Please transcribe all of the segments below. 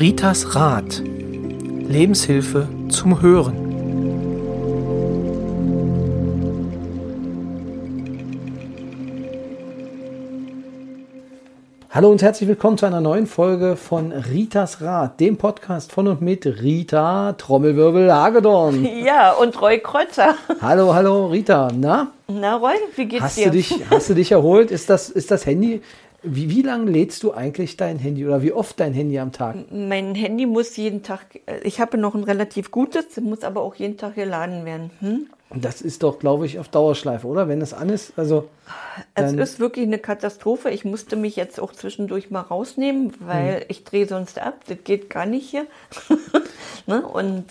Ritas Rat. Lebenshilfe zum Hören. Hallo und herzlich willkommen zu einer neuen Folge von Ritas Rat, dem Podcast von und mit Rita Trommelwirbel Hagedorn. Ja, und Roy Kreuzer. Hallo Rita, na? Na Roy, wie geht's dir? Hast du dich erholt? Ist das Handy? Wie lange lädst du eigentlich dein Handy oder wie oft dein Handy am Tag? Mein Handy muss jeden Tag, ich habe noch ein relativ gutes, muss aber auch jeden Tag geladen werden. Das ist doch, glaube ich, auf Dauerschleife, oder? Wenn es an ist, also... Es ist wirklich eine Katastrophe. Ich musste mich jetzt auch zwischendurch mal rausnehmen, weil ich drehe sonst ab. Das geht gar nicht hier. Ne? Und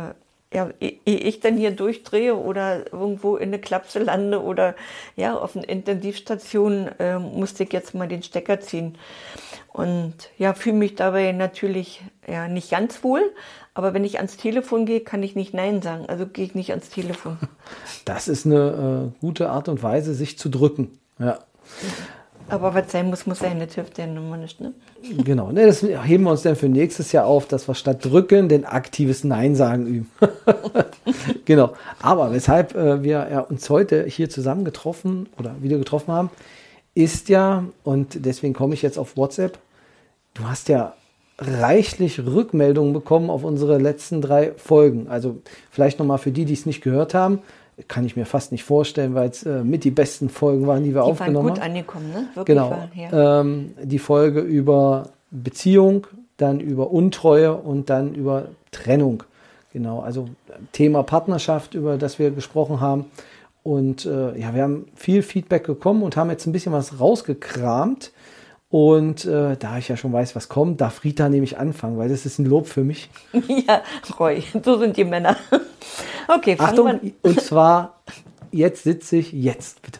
ehe ich dann hier durchdrehe oder irgendwo in eine Klapse lande oder ja auf eine Intensivstation, musste ich jetzt mal den Stecker ziehen. Und ja, fühle mich dabei natürlich ja nicht ganz wohl. Aber wenn ich ans Telefon gehe, kann ich nicht Nein sagen. Also gehe ich nicht ans Telefon. Das ist eine gute Art und Weise, sich zu drücken. Ja. Aber was sein muss, muss sein. Das hilft ja nun mal nicht, ne? Genau. Ne, das heben wir uns dann für nächstes Jahr auf, dass wir statt drücken den aktives Nein sagen üben. Genau. Aber weshalb wir uns heute hier zusammen getroffen oder wieder getroffen haben, ist ja, und deswegen komme ich jetzt auf WhatsApp, du hast ja reichlich Rückmeldungen bekommen auf unsere letzten 3 Folgen. Also vielleicht nochmal für die es nicht gehört haben, kann ich mir fast nicht vorstellen, weil es mit die besten Folgen waren, die wir aufgenommen haben. Die waren gut angekommen, ne? Wirklich genau. Ja. Die Folge über Beziehung, dann über Untreue und dann über Trennung. Genau, also Thema Partnerschaft, über das wir gesprochen haben. Und ja, wir haben viel Feedback bekommen und haben jetzt ein bisschen was rausgekramt. Und da ich ja schon weiß, was kommt, darf Rita nämlich anfangen, weil das ist ein Lob für mich. Ja, Roy, so sind die Männer. Okay, Achtung, und zwar, jetzt sitze ich, jetzt bitte.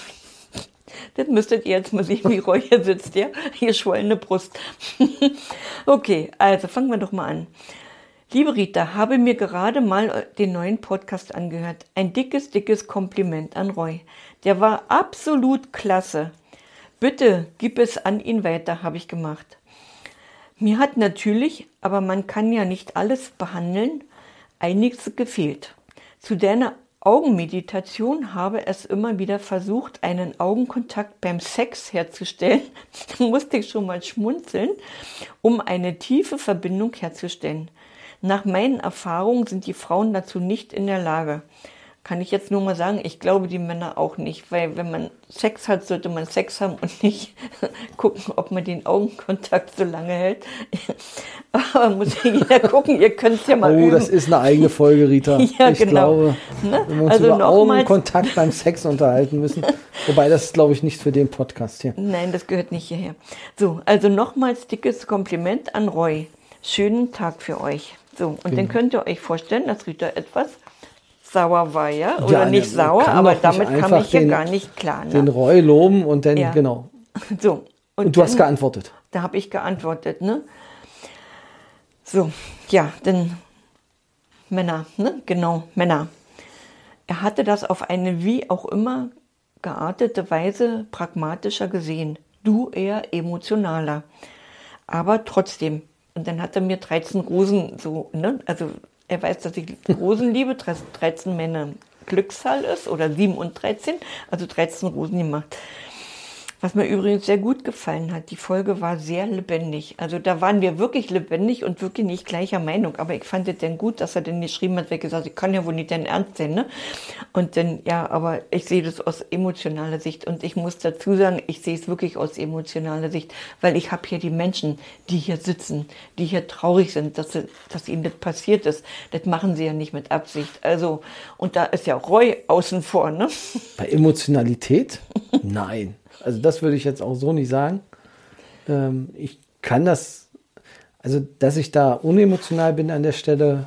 Das müsstet ihr jetzt mal sehen, wie Roy hier sitzt, ja? Hier schwollene Brust. Okay, also fangen wir doch mal an. Liebe Rita, habe mir gerade mal den neuen Podcast angehört. Ein dickes Kompliment an Roy. Der war absolut klasse. Bitte gib es an ihn weiter, habe ich gemacht. Mir hat natürlich, aber man kann ja nicht alles behandeln, einiges gefehlt. Zu deiner Augenmeditation habe es immer wieder versucht, einen Augenkontakt beim Sex herzustellen. Da musste ich schon mal schmunzeln, um eine tiefe Verbindung herzustellen. Nach meinen Erfahrungen sind die Frauen dazu nicht in der Lage. Kann ich jetzt nur mal sagen, ich glaube die Männer auch nicht, weil wenn man Sex hat, sollte man Sex haben und nicht gucken, ob man den Augenkontakt so lange hält. Aber muss ja jeder gucken, ihr könnt es ja mal üben. Oh, das ist eine eigene Folge, Rita. Ja, ich genau. glaube, Ne? wenn wir uns Also über nochmals, Augenkontakt beim Sex unterhalten müssen, wobei das ist, glaube ich, nichts für den Podcast hier. Nein, das gehört nicht hierher. So, also nochmals dickes Kompliment an Roy. Schönen Tag für euch. So, und Genau. Dann könnt ihr euch vorstellen, dass Rita etwas sauer war, ja? Oder nicht sauer, kann aber doch damit nicht kam ich ja den, gar nicht klar. Ne? Den Roy loben und dann, Ja. genau. So, Und du hast geantwortet. Da habe ich geantwortet, ne? So, ja, denn Männer, ne? Genau, Männer. Er hatte das auf eine wie auch immer geartete Weise pragmatischer gesehen. Du eher emotionaler. Aber trotzdem. Und dann hat er mir 13 Rosen so, ne? Also er weiß, dass ich Rosen liebe, 13 Männer Glückszahl ist oder 7 und 13, also 13 Rosen gemacht. Was mir übrigens sehr gut gefallen hat, die Folge war sehr lebendig. Also da waren wir wirklich lebendig und wirklich nicht gleicher Meinung. Aber ich fand es dann gut, dass er dann geschrieben hat, weil gesagt, ich kann ja wohl nicht dein Ernst sein, ne? Und dann, ja, aber ich sehe das aus emotionaler Sicht. Und ich muss dazu sagen, ich sehe es wirklich aus emotionaler Sicht, weil ich habe hier die Menschen, die hier sitzen, die hier traurig sind, dass ihnen das passiert ist. Das machen sie ja nicht mit Absicht. Also, und da ist ja Roy außen vor, ne? Bei Emotionalität? Nein. Also das würde ich jetzt auch so nicht sagen. Ich kann das, also dass ich da unemotional bin an der Stelle,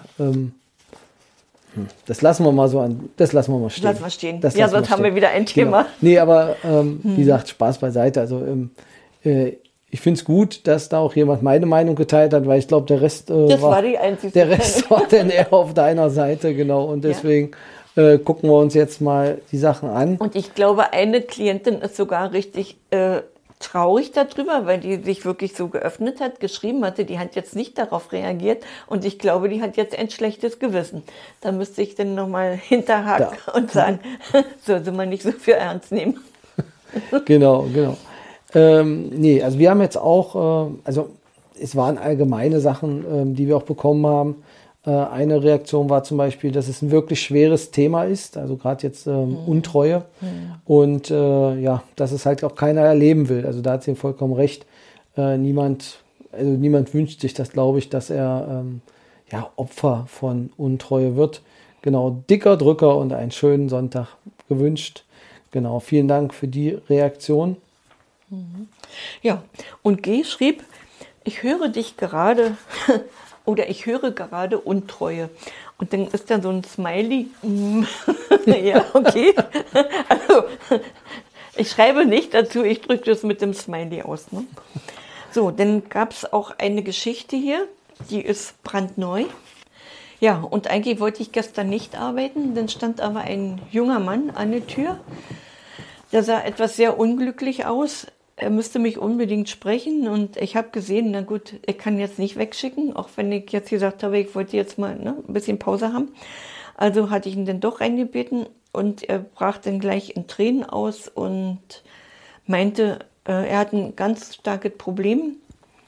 das lassen wir mal so an, das lassen wir mal stehen. Lassen wir stehen. Ja, sonst haben wir wieder ein Thema. Genau. Nee, aber wie gesagt, Spaß beiseite. Also ich finde es gut, dass da auch jemand meine Meinung geteilt hat, weil ich glaube, der Rest war die einzige. Der Rest war dann eher auf deiner Seite, genau. Und deswegen gucken wir uns jetzt mal die Sachen an. Und ich glaube, eine Klientin ist sogar richtig traurig darüber, weil die sich wirklich so geöffnet hat, geschrieben hatte, die hat jetzt nicht darauf reagiert und ich glaube, die hat jetzt ein schlechtes Gewissen. Da müsste ich dann nochmal hinterhaken und sagen, sollte man nicht so für ernst nehmen. Genau. Nee, also wir haben jetzt auch, also es waren allgemeine Sachen, die wir auch bekommen haben. Eine Reaktion war zum Beispiel, dass es ein wirklich schweres Thema ist, also gerade jetzt Untreue und dass es halt auch keiner erleben will. Also da hat sie vollkommen recht. Niemand wünscht sich das, glaube ich, dass er Opfer von Untreue wird. Genau, dicker Drücker und einen schönen Sonntag gewünscht. Genau, vielen Dank für die Reaktion. Ja, und G schrieb, ich höre dich gerade oder ich höre gerade Untreue. Und dann ist da so ein Smiley. Ja, okay. Also, ich schreibe nicht dazu, ich drücke das mit dem Smiley aus. Ne? So, dann gab es auch eine Geschichte hier, die ist brandneu. Ja, und eigentlich wollte ich gestern nicht arbeiten, dann stand aber ein junger Mann an der Tür. Der sah etwas sehr unglücklich aus. Er müsste mich unbedingt sprechen und ich habe gesehen, na gut, ich kann jetzt nicht wegschicken, auch wenn ich jetzt gesagt habe, ich wollte jetzt mal ein bisschen Pause haben. Also hatte ich ihn dann doch reingebeten und er brach dann gleich in Tränen aus und meinte, er hat ein ganz starkes Problem.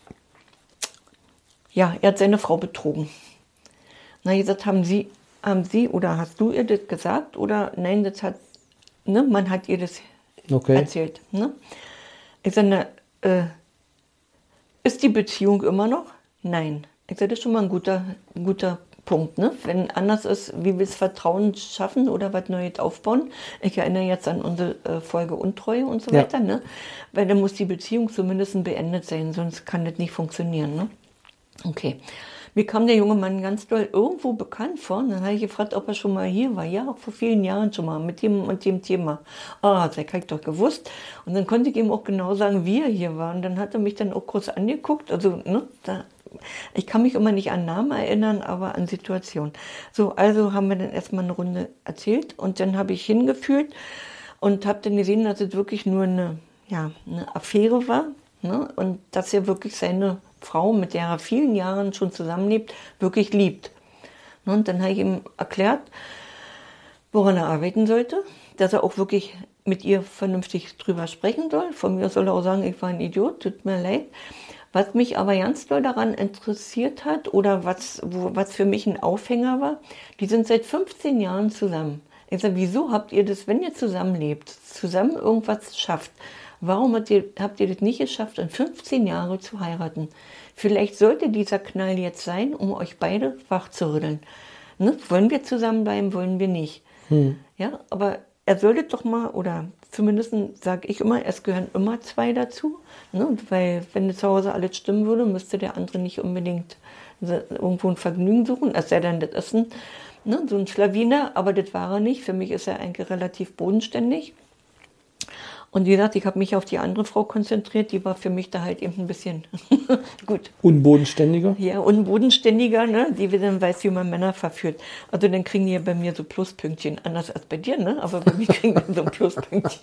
Ja, er hat seine Frau betrogen. Na, gesagt, haben Sie oder hast du ihr das gesagt oder nein, das hat, ne, man hat ihr das erzählt. Ne? Ich sage, ist die Beziehung immer noch? Nein. Ich sage, das ist schon mal ein guter Punkt. Ne? Wenn anders ist, wie wir das Vertrauen schaffen oder was Neues aufbauen. Ich erinnere jetzt an unsere Folge Untreue und so weiter. Ne? Weil dann muss die Beziehung zumindest beendet sein, sonst kann das nicht funktionieren. Ne? Okay. Mir kam der junge Mann ganz doll irgendwo bekannt vor. Und dann habe ich gefragt, ob er schon mal hier war. Ja, vor vielen Jahren schon mal mit dem und dem Thema. Das habe ich doch gewusst. Und dann konnte ich ihm auch genau sagen, wie er hier war. Und dann hat er mich dann auch kurz angeguckt. Also, ne, ich kann mich immer nicht an Namen erinnern, aber an Situationen. So, also haben wir dann erstmal eine Runde erzählt. Und dann habe ich hingefühlt und habe dann gesehen, dass es wirklich nur eine Affäre war. Ne? Und dass er wirklich seine Frau, mit der er vielen Jahren schon zusammenlebt, wirklich liebt. Und dann habe ich ihm erklärt, woran er arbeiten sollte, dass er auch wirklich mit ihr vernünftig drüber sprechen soll. Von mir soll er auch sagen, ich war ein Idiot, tut mir leid. Was mich aber ganz doll daran interessiert hat oder was für mich ein Aufhänger war, die sind seit 15 Jahren zusammen. Ich sage, wieso habt ihr das, wenn ihr zusammenlebt, zusammen irgendwas schafft, warum habt ihr das nicht geschafft, in 15 Jahre zu heiraten? Vielleicht sollte dieser Knall jetzt sein, um euch beide wachzurütteln. Ne? Wollen wir zusammenbleiben, wollen wir nicht. Ja, aber er sollte doch mal, oder zumindest sage ich immer, es gehören immer zwei dazu. Ne? Weil wenn zu Hause alles stimmen würde, müsste der andere nicht unbedingt irgendwo ein Vergnügen suchen. Es sei denn, das ist so ein Schlawiner, aber das war er nicht. Für mich ist er eigentlich relativ bodenständig. Und wie gesagt, ich habe mich auf die andere Frau konzentriert, die war für mich da halt eben ein bisschen gut. Unbodenständiger? Ja, unbodenständiger, ne? Die dann weiß, wie man Männer verführt. Also dann kriegen die ja bei mir so Pluspünktchen, anders als bei dir, ne? Aber bei mir kriegen die so ein Pluspünktchen.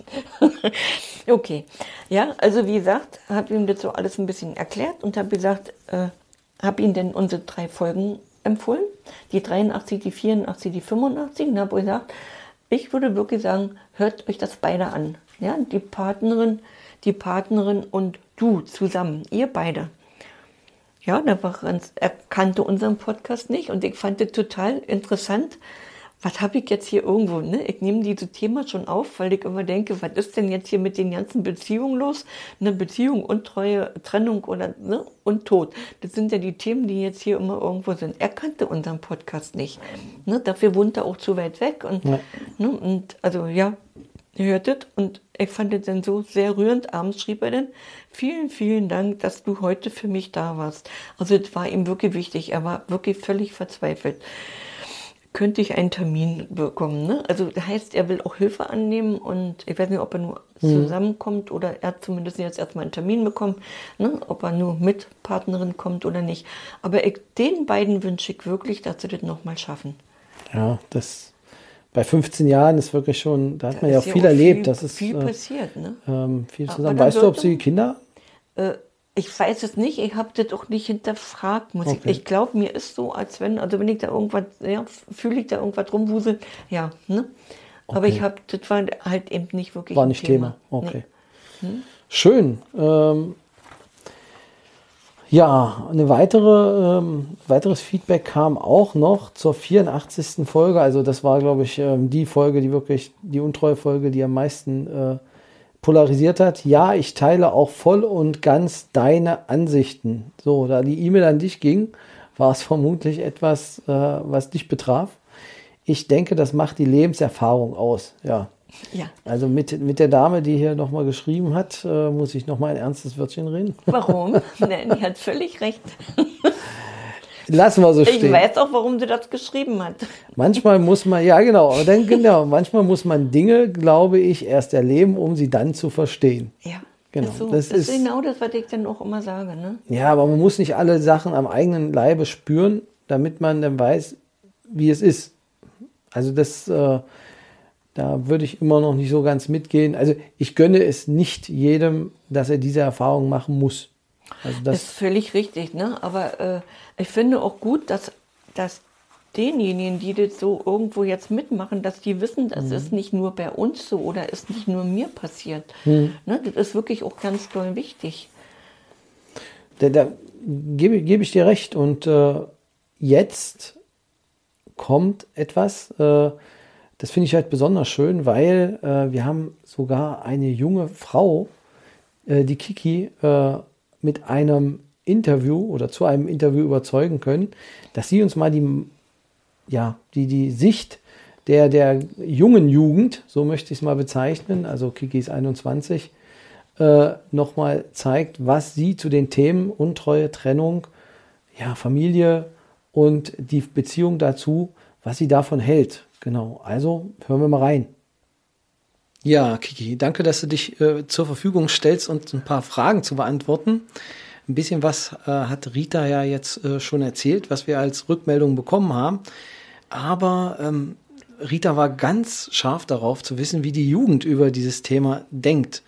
Okay, ja, also wie gesagt, habe ihm das so alles ein bisschen erklärt und habe gesagt, habe ihm dann unsere 3 Folgen empfohlen, die 83, die 84, die 85 und habe gesagt, ich würde wirklich sagen, hört euch das beide an. Ja, die Partnerin und du zusammen, ihr beide. Ja, er kannte unseren Podcast nicht und ich fand das total interessant. Was habe ich jetzt hier irgendwo? Ne? Ich nehme dieses Thema schon auf, weil ich immer denke, was ist denn jetzt hier mit den ganzen Beziehungen los? Eine Beziehung, Untreue, Trennung oder und Tod. Das sind ja die Themen, die jetzt hier immer irgendwo sind. Er kannte unseren Podcast nicht. Ne? Dafür wohnt er auch zu weit weg. Und, und also ja, ihr hört es und ich fand es dann so sehr rührend. Abends schrieb er dann, vielen, vielen Dank, dass du heute für mich da warst. Also es war ihm wirklich wichtig. Er war wirklich völlig verzweifelt. Könnte ich einen Termin bekommen? Ne? Also das heißt, er will auch Hilfe annehmen und ich weiß nicht, ob er nur zusammenkommt oder er hat zumindest jetzt erstmal einen Termin bekommen, ne? Ob er nur mit Partnerin kommt oder nicht. Aber den beiden wünsche ich wirklich, dass sie das nochmal schaffen. Ja, bei 15 Jahren ist wirklich schon, da hat man ja auch ist viel auch erlebt. Das ist viel passiert, ne? viel Aber zusammen. dann Weißt du, ob sollte sie Kinder? Ich weiß es nicht, ich habe das auch nicht hinterfragt. Okay. Ich glaube, mir ist so, als wenn, also wenn ich da irgendwas, ja, fühle ich da irgendwas rumwusel, ja, ne? Aber Okay. das war halt eben nicht wirklich War ein nicht Thema. Nee. Okay. Schön. Ja, weiteres Feedback kam auch noch zur 84. Folge. Also das war, glaube ich, die Folge, die Untreue-Folge, die am meisten polarisiert hat. Ja, ich teile auch voll und ganz deine Ansichten. So, da die E-Mail an dich ging, war es vermutlich etwas, was dich betraf. Ich denke, das macht die Lebenserfahrung aus. Ja. Ja. Also mit der Dame, die hier nochmal geschrieben hat, muss ich nochmal ein ernstes Wörtchen reden. Warum? Nein, die hat völlig recht. Lassen wir so stehen. Ich weiß auch, warum sie das geschrieben hat. Manchmal muss man, ja genau, manchmal muss man Dinge, glaube ich, erst erleben, um sie dann zu verstehen. Ja, Genau. Das ist genau das, was ich dann auch immer sage. Ne? Ja, aber man muss nicht alle Sachen am eigenen Leibe spüren, damit man dann weiß, wie es ist. Also da würde ich immer noch nicht so ganz mitgehen. Also ich gönne es nicht jedem, dass er diese Erfahrung machen muss. Also das ist völlig richtig, ne? Aber ich finde auch gut, dass denjenigen, die das so irgendwo jetzt mitmachen, dass die wissen, das ist nicht nur bei uns so oder ist nicht nur mir passiert. Ne? Das ist wirklich auch ganz doll wichtig. Da gebe ich dir recht. Und jetzt kommt etwas, das finde ich halt besonders schön, weil wir haben sogar eine junge Frau, die Kiki, mit einem Interview oder zu einem Interview überzeugen können, dass sie uns mal die Sicht der jungen Jugend, so möchte ich es mal bezeichnen, also Kiki ist 21, nochmal zeigt, was sie zu den Themen Untreue, Trennung, ja, Familie und die Beziehung dazu, was sie davon hält. Genau, also hören wir mal rein. Ja, Kiki, danke, dass du dich zur Verfügung stellst, uns ein paar Fragen zu beantworten. Ein bisschen was hat Rita ja jetzt schon erzählt, was wir als Rückmeldung bekommen haben. Aber Rita war ganz scharf darauf zu wissen, wie die Jugend über dieses Thema denkt.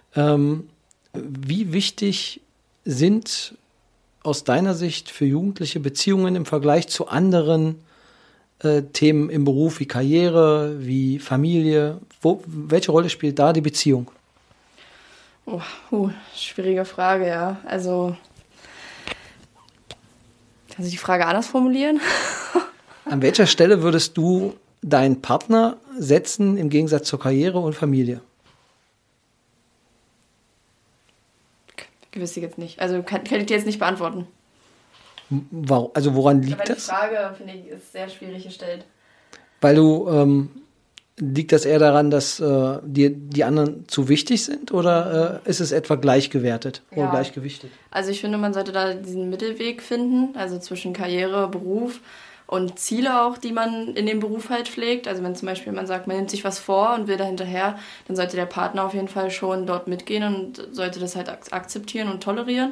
Wie wichtig sind aus deiner Sicht für Jugendliche Beziehungen im Vergleich zu anderen Themen im Beruf wie Karriere, wie Familie? Welche Rolle spielt da die Beziehung? Schwierige Frage, ja. Also, kannst du die Frage anders formulieren? An welcher Stelle würdest du deinen Partner setzen im Gegensatz zur Karriere und Familie? Wüsste ich jetzt nicht. Also kann ich dir jetzt nicht beantworten. Also woran liegt Aber das? Die Frage, finde ich, ist sehr schwierig gestellt. Weil du, liegt das eher daran, dass dir die anderen zu wichtig sind oder ist es etwa gleichgewertet oder gleichgewichtet? Also ich finde, man sollte da diesen Mittelweg finden, also zwischen Karriere, Beruf und Ziele auch, die man in dem Beruf halt pflegt. Also wenn zum Beispiel man sagt, man nimmt sich was vor und will da hinterher, dann sollte der Partner auf jeden Fall schon dort mitgehen und sollte das halt akzeptieren und tolerieren.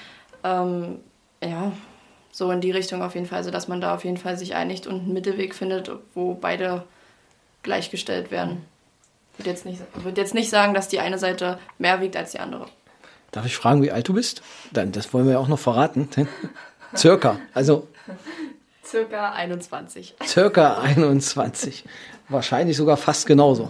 So in die Richtung auf jeden Fall, also dass man da auf jeden Fall sich einigt und einen Mittelweg findet, wo beide gleichgestellt werden. Ich würde jetzt nicht sagen, dass die eine Seite mehr wiegt als die andere. Darf ich fragen, wie alt du bist? Das wollen wir ja auch noch verraten. Circa, also... Circa 21. Circa 21. Wahrscheinlich sogar fast genauso.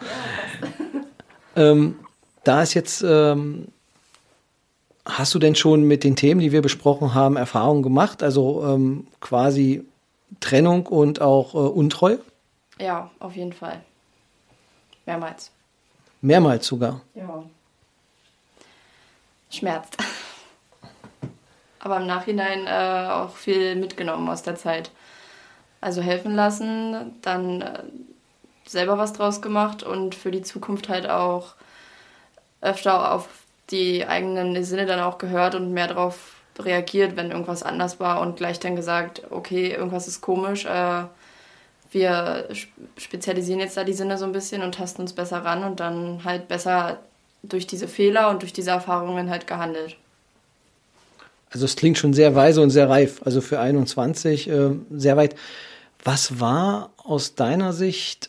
Da ist jetzt... Hast du denn schon mit den Themen, die wir besprochen haben, Erfahrungen gemacht? Also quasi Trennung und auch Untreue? Ja, auf jeden Fall. Mehrmals. Mehrmals sogar? Ja. Schmerzt. Aber im Nachhinein auch viel mitgenommen aus der Zeit. Also helfen lassen, dann selber was draus gemacht und für die Zukunft halt auch öfter auf die eigenen Sinne dann auch gehört und mehr darauf reagiert, wenn irgendwas anders war und gleich dann gesagt, okay, irgendwas ist komisch, wir spezialisieren jetzt da die Sinne so ein bisschen und tasten uns besser ran und dann halt besser durch diese Fehler und durch diese Erfahrungen halt gehandelt. Also es klingt schon sehr weise und sehr reif, also für 21 sehr weit. Was war aus deiner Sicht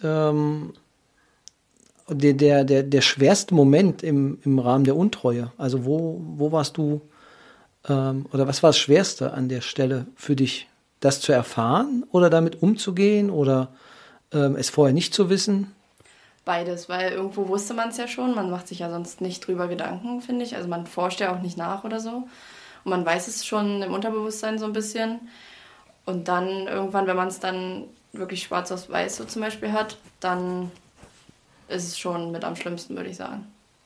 der schwerste Moment im Rahmen der Untreue? Also wo warst du, oder was war das Schwerste an der Stelle für dich? Das zu erfahren oder damit umzugehen oder es vorher nicht zu wissen? Beides, weil irgendwo wusste man es ja schon. Man macht sich ja sonst nicht drüber Gedanken, finde ich. Also man forscht ja auch nicht nach oder so. Und man weiß es schon im Unterbewusstsein so ein bisschen. Und dann irgendwann, wenn man es dann wirklich schwarz auf weiß so zum Beispiel hat, dann ist es schon mit am schlimmsten, würde ich sagen.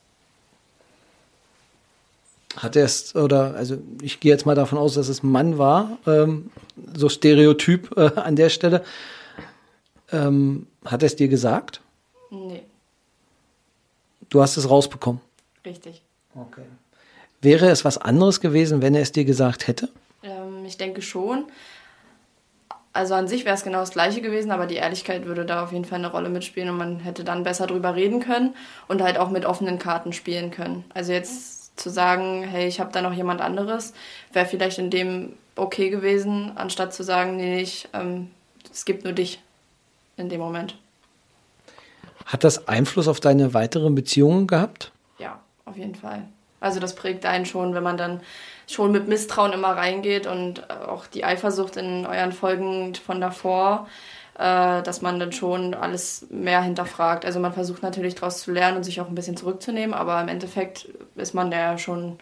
Hat er es, oder, also ich gehe jetzt mal davon aus, dass es ein Mann war, so Stereotyp an der Stelle. Hat er es dir gesagt? Nee. Du hast es rausbekommen? Richtig. Okay. Wäre es was anderes gewesen, wenn er es dir gesagt hätte? Ich denke schon. Also an sich wäre es genau das Gleiche gewesen, aber die Ehrlichkeit würde da auf jeden Fall eine Rolle mitspielen und man hätte dann besser drüber reden können und halt auch mit offenen Karten spielen können. Also jetzt zu sagen, hey, ich habe da noch jemand anderes, wäre vielleicht in dem okay gewesen, anstatt zu sagen, nee, es gibt nur dich in dem Moment. Hat das Einfluss auf deine weiteren Beziehungen gehabt? Ja, auf jeden Fall. Also das prägt einen schon, wenn man dann schon mit Misstrauen immer reingeht und auch die Eifersucht in euren Folgen von davor, dass man dann schon alles mehr hinterfragt. Also man versucht natürlich daraus zu lernen und sich auch ein bisschen zurückzunehmen, aber im Endeffekt ist man ja schon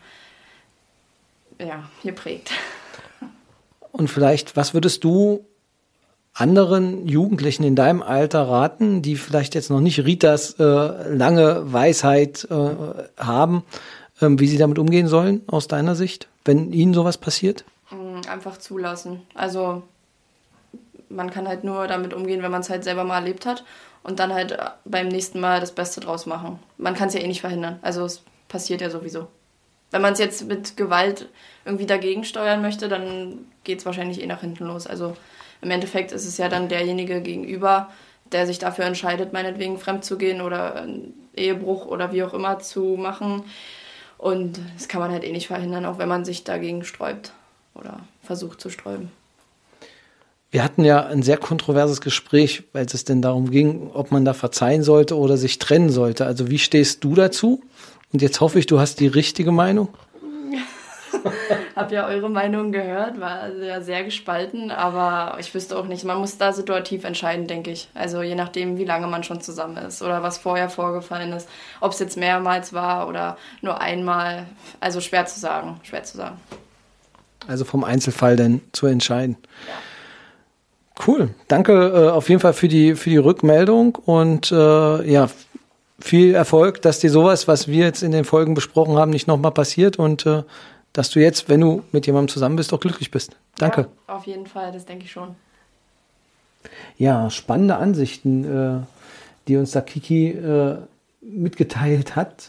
geprägt. Und vielleicht, was würdest du anderen Jugendlichen in deinem Alter raten, die vielleicht jetzt noch nicht Ritas lange Weisheit haben, wie sie damit umgehen sollen, aus deiner Sicht, wenn ihnen sowas passiert? Einfach zulassen. Also man kann halt nur damit umgehen, wenn man es halt selber mal erlebt hat und dann halt beim nächsten Mal das Beste draus machen. Man kann es ja eh nicht verhindern. Also es passiert ja sowieso. Wenn man es jetzt mit Gewalt irgendwie dagegen steuern möchte, dann geht es wahrscheinlich eh nach hinten los. Also im Endeffekt ist es ja dann derjenige gegenüber, der sich dafür entscheidet, meinetwegen fremd zu gehen oder einen Ehebruch oder wie auch immer zu machen. Und das kann man halt eh nicht verhindern, auch wenn man sich dagegen sträubt oder versucht zu sträuben. Wir hatten ja ein sehr kontroverses Gespräch, weil es denn darum ging, ob man da verzeihen sollte oder sich trennen sollte. Also wie stehst du dazu? Und jetzt hoffe ich, du hast die richtige Meinung. Hab ja eure Meinung gehört, war ja sehr gespalten, aber ich wüsste auch nicht, man muss da situativ entscheiden, denke ich. Also je nachdem, wie lange man schon zusammen ist oder was vorher vorgefallen ist, ob es jetzt mehrmals war oder nur einmal, also schwer zu sagen. Also vom Einzelfall dann zu entscheiden. Ja. Cool, danke auf jeden Fall für die Rückmeldung und viel Erfolg, dass dir sowas, was wir jetzt in den Folgen besprochen haben, nicht nochmal passiert und dass du jetzt, wenn du mit jemandem zusammen bist, auch glücklich bist. Danke. Ja, auf jeden Fall, das denke ich schon. Ja, spannende Ansichten, die uns da Kiki mitgeteilt hat.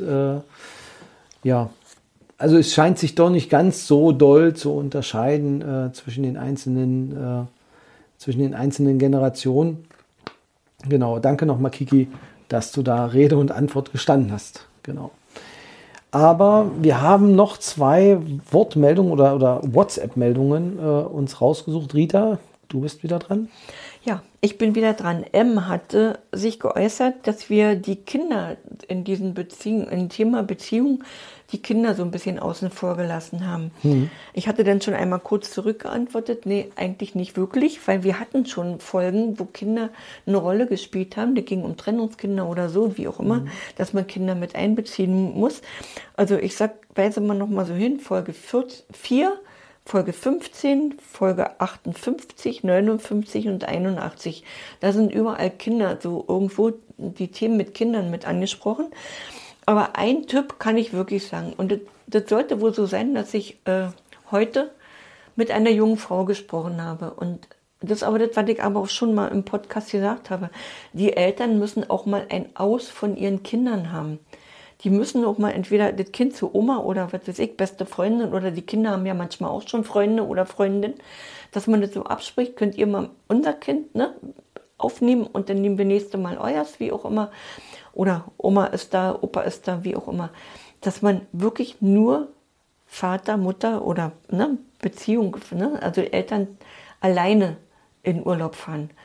Also es scheint sich doch nicht ganz so doll zu unterscheiden zwischen den einzelnen Generationen. Genau, danke nochmal, Kiki, dass du da Rede und Antwort gestanden hast. Genau. Aber wir haben noch 2 Wortmeldungen oder WhatsApp-Meldungen uns rausgesucht. Rita, du bist wieder dran. Ja, ich bin wieder dran. M hatte sich geäußert, dass wir die Kinder in diesen Beziehungen, im Thema Beziehung, die Kinder so ein bisschen außen vor gelassen haben. Ich hatte dann schon einmal kurz zurückgeantwortet, nee, eigentlich nicht wirklich, weil wir hatten schon Folgen, wo Kinder eine Rolle gespielt haben. Da ging um Trennungskinder oder so, wie auch immer, dass man Kinder mit einbeziehen muss. Also ich weise mal noch mal so hin, Folge 4, Folge 15, Folge 58, 59 und 81. Da sind überall Kinder, so irgendwo die Themen mit Kindern mit angesprochen. Aber ein Tipp kann ich wirklich sagen. Und das sollte wohl so sein, dass ich heute mit einer jungen Frau gesprochen habe. Und das aber das, was ich aber auch schon mal im Podcast gesagt habe. Die Eltern müssen auch mal ein Aus von ihren Kindern haben. Die müssen auch mal entweder das Kind zu Oma oder was weiß ich, beste Freundin oder die Kinder haben ja manchmal auch schon Freunde oder Freundin, dass man das so abspricht, könnt ihr mal unser Kind aufnehmen und dann nehmen wir nächste Mal euers, wie auch immer. Oder Oma ist da, Opa ist da, wie auch immer. Dass man wirklich nur Vater, Mutter oder Beziehung, also Eltern alleine in Urlaub fahren.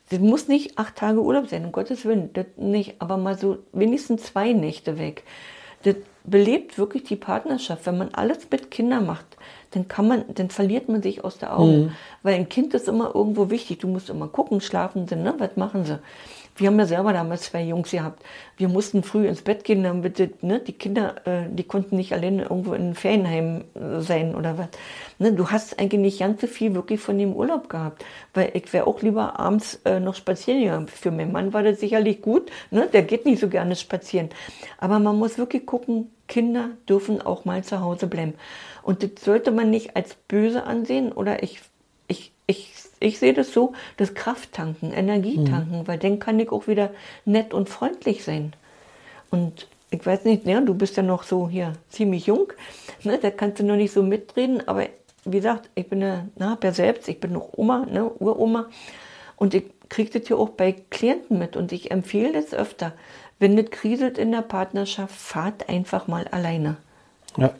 das muss nicht 8 Tage Urlaub sein, um Gottes Willen, das nicht, aber mal so wenigstens 2 Nächte weg. Das belebt wirklich die Partnerschaft. Wenn man alles mit Kindern macht, dann verliert man sich aus der Augen. Weil ein Kind ist immer irgendwo wichtig. Du musst immer gucken, schlafen sie, ne? Was machen sie? Wir haben ja selber damals 2 Jungs gehabt. Wir mussten früh ins Bett gehen, damit die Kinder, die konnten nicht alleine irgendwo in einem Ferienheim sein oder was. Ne? Du hast eigentlich nicht ganz so viel wirklich von dem Urlaub gehabt. Weil ich wäre auch lieber abends noch spazieren gegangen. Für meinen Mann war das sicherlich gut. Ne? Der geht nicht so gerne spazieren. Aber man muss wirklich gucken, Kinder dürfen auch mal zu Hause bleiben. Und das sollte man nicht als böse ansehen. Oder ich sehe das so, das Krafttanken, Energietanken, weil dann kann ich auch wieder nett und freundlich sein. Und ich weiß nicht, ja, du bist ja noch so hier ziemlich jung, ne, da kannst du noch nicht so mitreden, aber wie gesagt, ich bin ja selbst, ich bin noch Oma, ne, Uroma, und ich kriege das ja auch bei Klienten mit und ich empfehle das öfter, wenn das kriselt in der Partnerschaft, fahrt einfach mal alleine. Ja.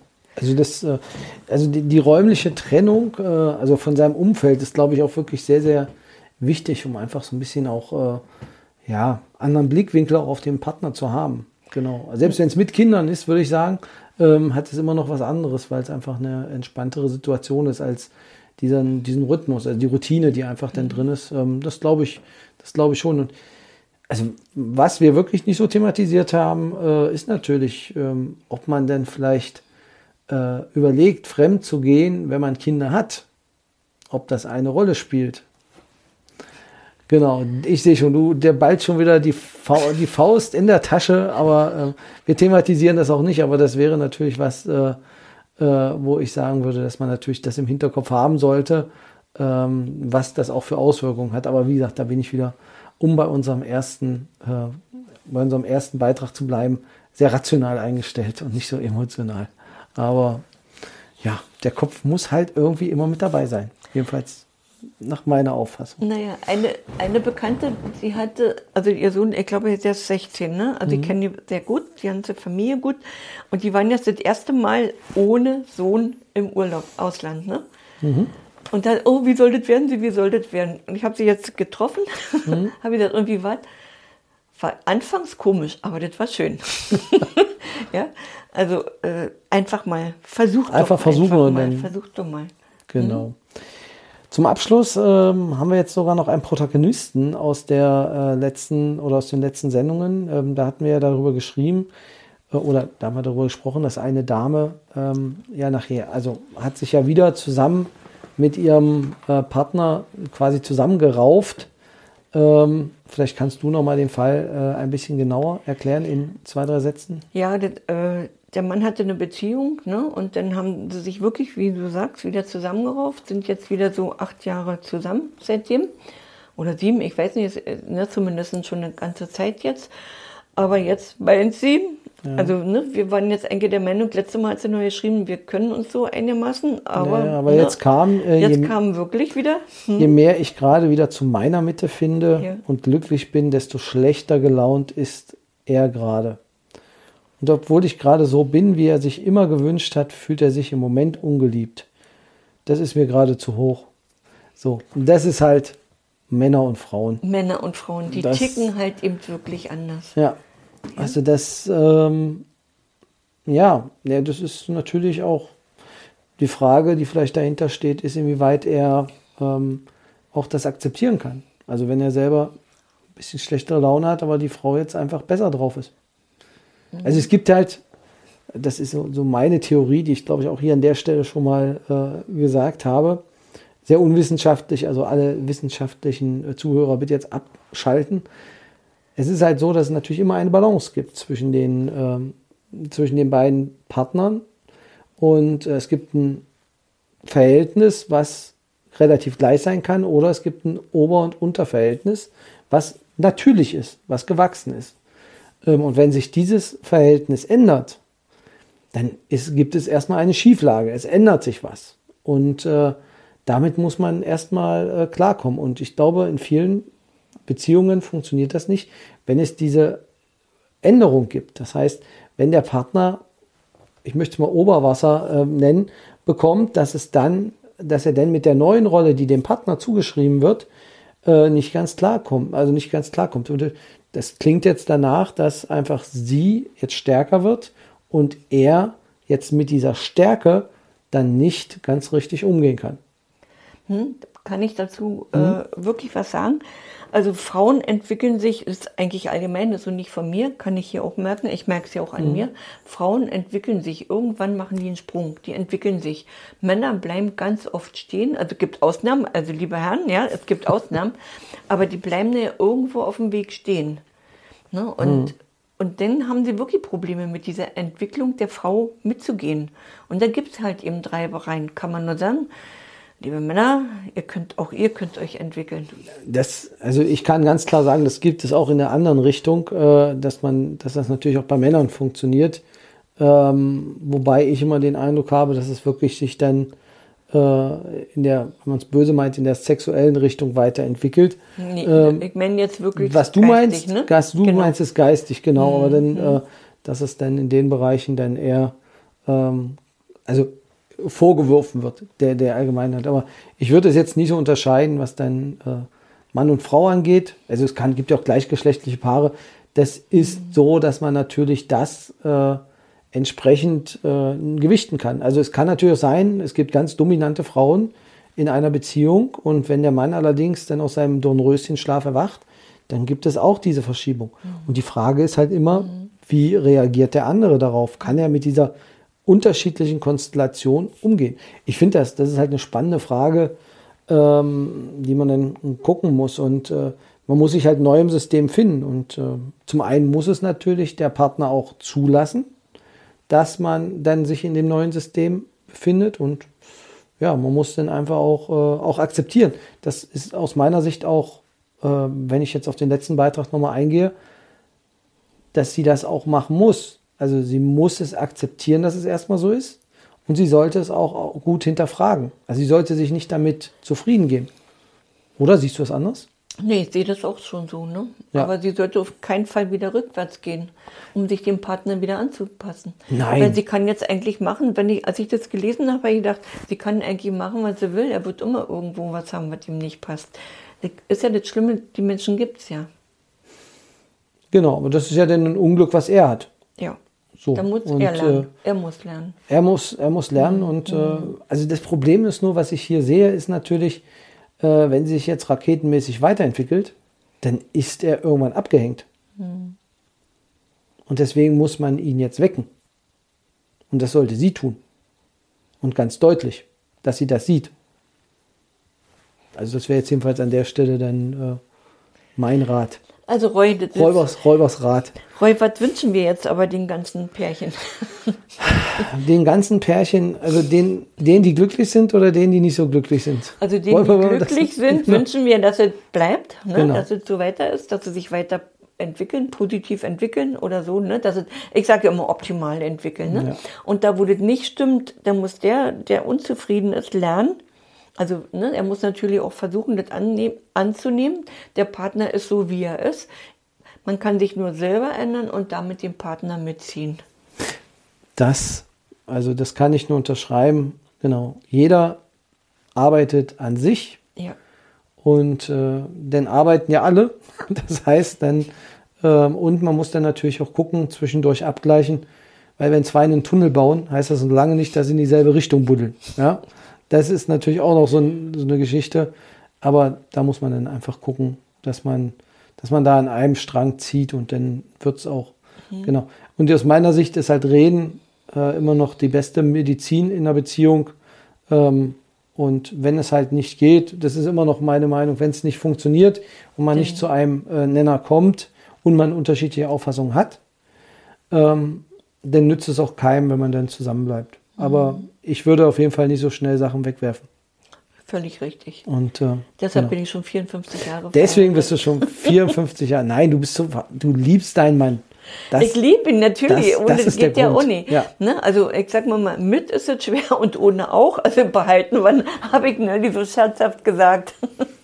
Also die räumliche Trennung, also von seinem Umfeld, ist, glaube ich, auch wirklich sehr, sehr wichtig, um einfach so ein bisschen auch anderen Blickwinkel auch auf den Partner zu haben. Genau. Also selbst wenn es mit Kindern ist, würde ich sagen, hat es immer noch was anderes, weil es einfach eine entspanntere Situation ist als diesen Rhythmus, also die Routine, die einfach dann drin ist. Das glaube ich schon. Und also was wir wirklich nicht so thematisiert haben, ist natürlich, ob man denn vielleicht überlegt, fremd zu gehen, wenn man Kinder hat, ob das eine Rolle spielt. Genau, ich sehe schon, der ballt schon wieder die Faust in der Tasche, aber wir thematisieren das auch nicht, aber das wäre natürlich was, wo ich sagen würde, dass man natürlich das im Hinterkopf haben sollte, was das auch für Auswirkungen hat. Aber wie gesagt, da bin ich wieder, um bei unserem ersten Beitrag zu bleiben, sehr rational eingestellt und nicht so emotional. Aber ja, der Kopf muss halt irgendwie immer mit dabei sein. Jedenfalls nach meiner Auffassung. Naja, eine Bekannte, sie hatte, also ihr Sohn, ich glaube, der ist 16, ne? Also ich kenne die sehr gut, die ganze Familie gut. Und die waren jetzt das erste Mal ohne Sohn im Urlaub, Ausland, ne? Und dann, oh, wie soll das werden? Wie soll das werden? Und ich habe sie jetzt getroffen, habe gesagt, und wie war anfangs komisch, aber das war schön. Ja, also einfach mal versucht doch mal. Genau. Zum Abschluss haben wir jetzt sogar noch einen Protagonisten aus den letzten Sendungen. Da hatten wir ja darüber geschrieben, da haben wir darüber gesprochen, dass eine Dame hat sich ja wieder zusammen mit ihrem Partner quasi zusammengerauft. Vielleicht kannst du noch mal den Fall ein bisschen genauer erklären in 2, 3 Sätzen. Ja, der Mann hatte eine Beziehung, ne? Und dann haben sie sich wirklich, wie du sagst, wieder zusammengerauft, sind jetzt wieder so 8 Jahre zusammen seitdem. Oder 7, ich weiß nicht, zumindest schon eine ganze Zeit jetzt. Aber jetzt bei uns 7. Ja. Also wir waren jetzt eigentlich der Meinung, letztes Mal hat sie noch geschrieben, wir können uns so einigermaßen. Aber jetzt kam wirklich wieder. Je mehr ich gerade wieder zu meiner Mitte finde und glücklich bin, desto schlechter gelaunt ist er gerade. Und obwohl ich gerade so bin, wie er sich immer gewünscht hat, fühlt er sich im Moment ungeliebt. Das ist mir gerade zu hoch. So, und das ist halt Männer und Frauen. Männer und Frauen, die ticken halt eben wirklich anders. Ja, also das, das ist natürlich auch die Frage, die vielleicht dahinter steht, ist, inwieweit er auch das akzeptieren kann. Also wenn er selber ein bisschen schlechtere Laune hat, aber die Frau jetzt einfach besser drauf ist. Also es gibt halt, das ist so meine Theorie, die ich glaube ich auch hier an der Stelle schon mal gesagt habe, sehr unwissenschaftlich, also alle wissenschaftlichen Zuhörer bitte jetzt abschalten. Es ist halt so, dass es natürlich immer eine Balance gibt zwischen den beiden Partnern und es gibt ein Verhältnis, was relativ gleich sein kann, oder es gibt ein Ober- und Unterverhältnis, was natürlich ist, was gewachsen ist. Und wenn sich dieses Verhältnis ändert, dann gibt es erstmal eine Schieflage. Es ändert sich was. Und damit muss man erstmal klarkommen. Und ich glaube, in vielen Beziehungen funktioniert das nicht, wenn es diese Änderung gibt. Das heißt, wenn der Partner, ich möchte es mal Oberwasser nennen, bekommt, dass er dann mit der neuen Rolle, die dem Partner zugeschrieben wird, nicht ganz klarkommt. Also nicht ganz klarkommt. Und das klingt jetzt danach, dass einfach sie jetzt stärker wird und er jetzt mit dieser Stärke dann nicht ganz richtig umgehen kann. Kann ich dazu wirklich was sagen? Also Frauen entwickeln sich, ist eigentlich allgemein, das ist so nicht von mir, kann ich hier auch merken, ich merke es ja auch an mir, Frauen entwickeln sich, irgendwann machen die einen Sprung, die entwickeln sich. Männer bleiben ganz oft stehen, also es gibt Ausnahmen, also liebe Herren, ja, es gibt Ausnahmen, aber die bleiben ja irgendwo auf dem Weg stehen. Ne? Und dann haben sie wirklich Probleme mit dieser Entwicklung der Frau mitzugehen. Und da gibt es halt eben Reibereien, kann man nur sagen. Liebe Männer, ihr könnt euch entwickeln. Also ich kann ganz klar sagen, das gibt es auch in der anderen Richtung, dass das natürlich auch bei Männern funktioniert. Wobei ich immer den Eindruck habe, dass es wirklich sich dann wenn man es böse meint, in der sexuellen Richtung weiterentwickelt. Nee, ich meine jetzt wirklich was du geistig, meinst, ne? Meinst ist geistig, genau, aber dann, dass es dann in den Bereichen dann eher, also vorgeworfen wird, der Allgemeinheit. Aber ich würde es jetzt nicht so unterscheiden, was dann Mann und Frau angeht. Also gibt ja auch gleichgeschlechtliche Paare. Das ist so, dass man natürlich das entsprechend gewichten kann. Also es kann natürlich sein, es gibt ganz dominante Frauen in einer Beziehung und wenn der Mann allerdings dann aus seinem Dornröschenschlaf erwacht, dann gibt es auch diese Verschiebung. Und die Frage ist halt immer, wie reagiert der andere darauf? Kann er mit dieser unterschiedlichen Konstellation umgehen? Ich finde, das ist halt eine spannende Frage, die man dann gucken muss. Und man muss sich halt neu im System finden. Und zum einen muss es natürlich der Partner auch zulassen, dass man dann sich in dem neuen System befindet. Und ja, man muss dann einfach auch akzeptieren. Das ist aus meiner Sicht auch, wenn ich jetzt auf den letzten Beitrag nochmal eingehe, dass sie das auch machen muss. Also sie muss es akzeptieren, dass es erstmal so ist. Und sie sollte es auch gut hinterfragen. Also sie sollte sich nicht damit zufrieden geben. Oder siehst du es anders? Nee, ich sehe das auch schon so, ne? Ja. Aber sie sollte auf keinen Fall wieder rückwärts gehen, um sich dem Partner wieder anzupassen. Nein. Weil sie kann jetzt eigentlich machen, als ich das gelesen habe, habe ich gedacht, sie kann eigentlich machen, was sie will. Er wird immer irgendwo was haben, was ihm nicht passt. Das ist ja das Schlimme, die Menschen gibt es ja. Genau, aber das ist ja dann ein Unglück, was er hat. Ja. So. Da muss er lernen. Er muss lernen. Er muss lernen. Und also das Problem ist nur, was ich hier sehe, ist natürlich, wenn sie sich jetzt raketenmäßig weiterentwickelt, dann ist er irgendwann abgehängt. Und deswegen muss man ihn jetzt wecken. Und das sollte sie tun. Und ganz deutlich, dass sie das sieht. Also das wäre jetzt jedenfalls an der Stelle dann mein Rat. Also Roy, Räubers Rat. Roy, was wünschen wir jetzt aber den ganzen Pärchen? Den ganzen Pärchen, also denen, die glücklich sind oder denen, die nicht so glücklich sind? Also denen, die glücklich sind, wünschen wir, dass es bleibt, ne? Genau. Dass es so weiter ist, dass sie sich weiter entwickeln, positiv entwickeln oder so, ne? Dass es, ich sage ja immer optimal entwickeln. Ne? Ja. Und da, wo das nicht stimmt, da muss der unzufrieden ist, lernen. Also ne, er muss natürlich auch versuchen, das anzunehmen. Der Partner ist so, wie er ist. Man kann sich nur selber ändern und damit den Partner mitziehen. Das kann ich nur unterschreiben. Genau. Jeder arbeitet an sich. Ja. Und dann arbeiten ja alle. Das heißt dann, und man muss dann natürlich auch gucken, zwischendurch abgleichen. Weil wenn zwei einen Tunnel bauen, heißt das noch lange nicht, dass sie in dieselbe Richtung buddeln. Ja. Das ist natürlich auch noch so eine Geschichte, aber da muss man dann einfach gucken, dass man da an einem Strang zieht und dann wird es auch, genau. Und aus meiner Sicht ist halt Reden immer noch die beste Medizin in einer Beziehung und wenn es halt nicht geht, das ist immer noch meine Meinung, wenn es nicht funktioniert und man nicht zu einem Nenner kommt und man unterschiedliche Auffassungen hat, dann nützt es auch keinem, wenn man dann zusammenbleibt. Aber ich würde auf jeden Fall nicht so schnell Sachen wegwerfen. Völlig richtig. Und deshalb bin ich schon 54 Jahre. Deswegen bist du schon 54 Jahre. Nein, du liebst deinen Mann. Ich liebe ihn natürlich. Das geht ja auch nicht. Ja. Ne? Also ich sag mal, mit ist es schwer und ohne auch. Also behalten, wann habe ich die so scherzhaft gesagt.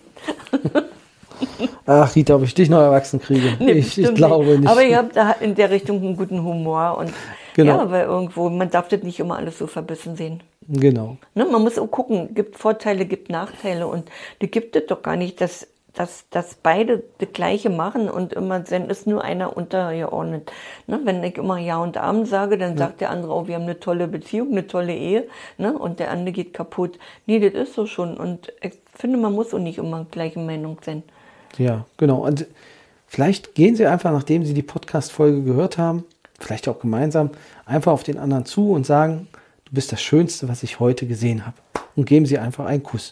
Ach Rita, ob ich dich noch erwachsen kriege? Nee, ich glaube nicht. Aber ihr habt da in der Richtung einen guten Humor. Und genau. Ja, weil irgendwo, man darf das nicht immer alles so verbissen sehen. Genau. Ne, man muss auch gucken, gibt Vorteile, gibt Nachteile. Und da gibt es doch gar nicht, dass dass beide das Gleiche machen und immer, dann ist nur einer untergeordnet. Ne? Wenn ich immer Ja und Amen sage, dann sagt der andere auch, wir haben eine tolle Beziehung, eine tolle Ehe, ne? Und der andere geht kaputt. Nee, das ist so schon. Und ich finde, man muss auch nicht immer gleiche Meinung sein. Ja, genau. Und vielleicht gehen Sie einfach, nachdem Sie die Podcast-Folge gehört haben, vielleicht auch gemeinsam, einfach auf den anderen zu und sagen, du bist das Schönste, was ich heute gesehen habe. Und geben Sie einfach einen Kuss.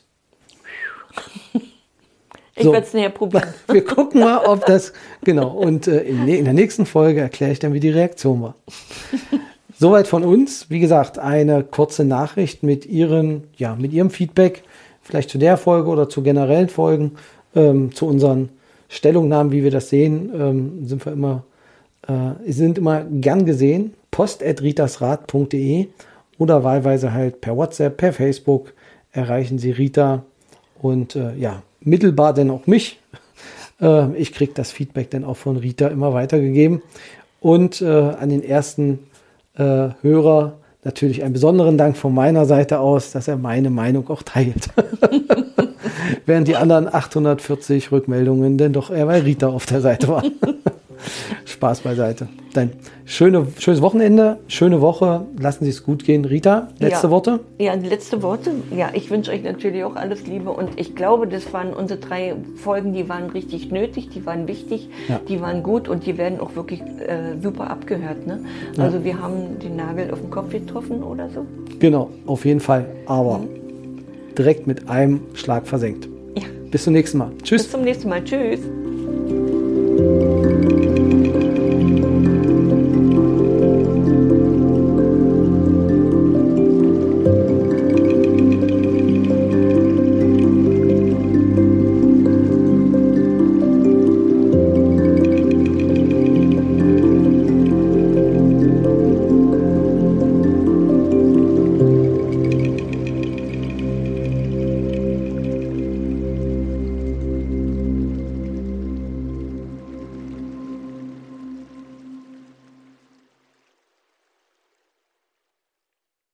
Ich werde es näher probieren. Wir gucken mal, ob das, genau. Und in der nächsten Folge erkläre ich dann, wie die Reaktion war. Soweit von uns. Wie gesagt, eine kurze Nachricht mit Ihrem Feedback, vielleicht zu der Folge oder zu generellen Folgen, zu unseren Stellungnahmen, wie wir das sehen, sind immer gern gesehen. post@ritasrat.de oder wahlweise halt per WhatsApp, per Facebook erreichen Sie Rita und mittelbar denn auch mich. Ich kriege das Feedback dann auch von Rita immer weitergegeben. Und an den ersten Hörer natürlich einen besonderen Dank von meiner Seite aus, dass er meine Meinung auch teilt. Während die anderen 840 Rückmeldungen denn doch eher bei Rita auf der Seite waren. Spaß beiseite. Dann schönes Wochenende, schöne Woche. Lassen Sie es gut gehen. Rita, letzte Worte? Ja, letzte Worte. Ja, ich wünsche euch natürlich auch alles Liebe. Und ich glaube, das waren unsere 3 Folgen, die waren richtig nötig, die waren wichtig, die waren gut und die werden auch wirklich super abgehört. Ne? Also wir haben den Nagel auf den Kopf getroffen oder so. Genau, auf jeden Fall. Aber direkt mit einem Schlag versenkt. Ja. Bis zum nächsten Mal. Tschüss. Bis zum nächsten Mal. Tschüss.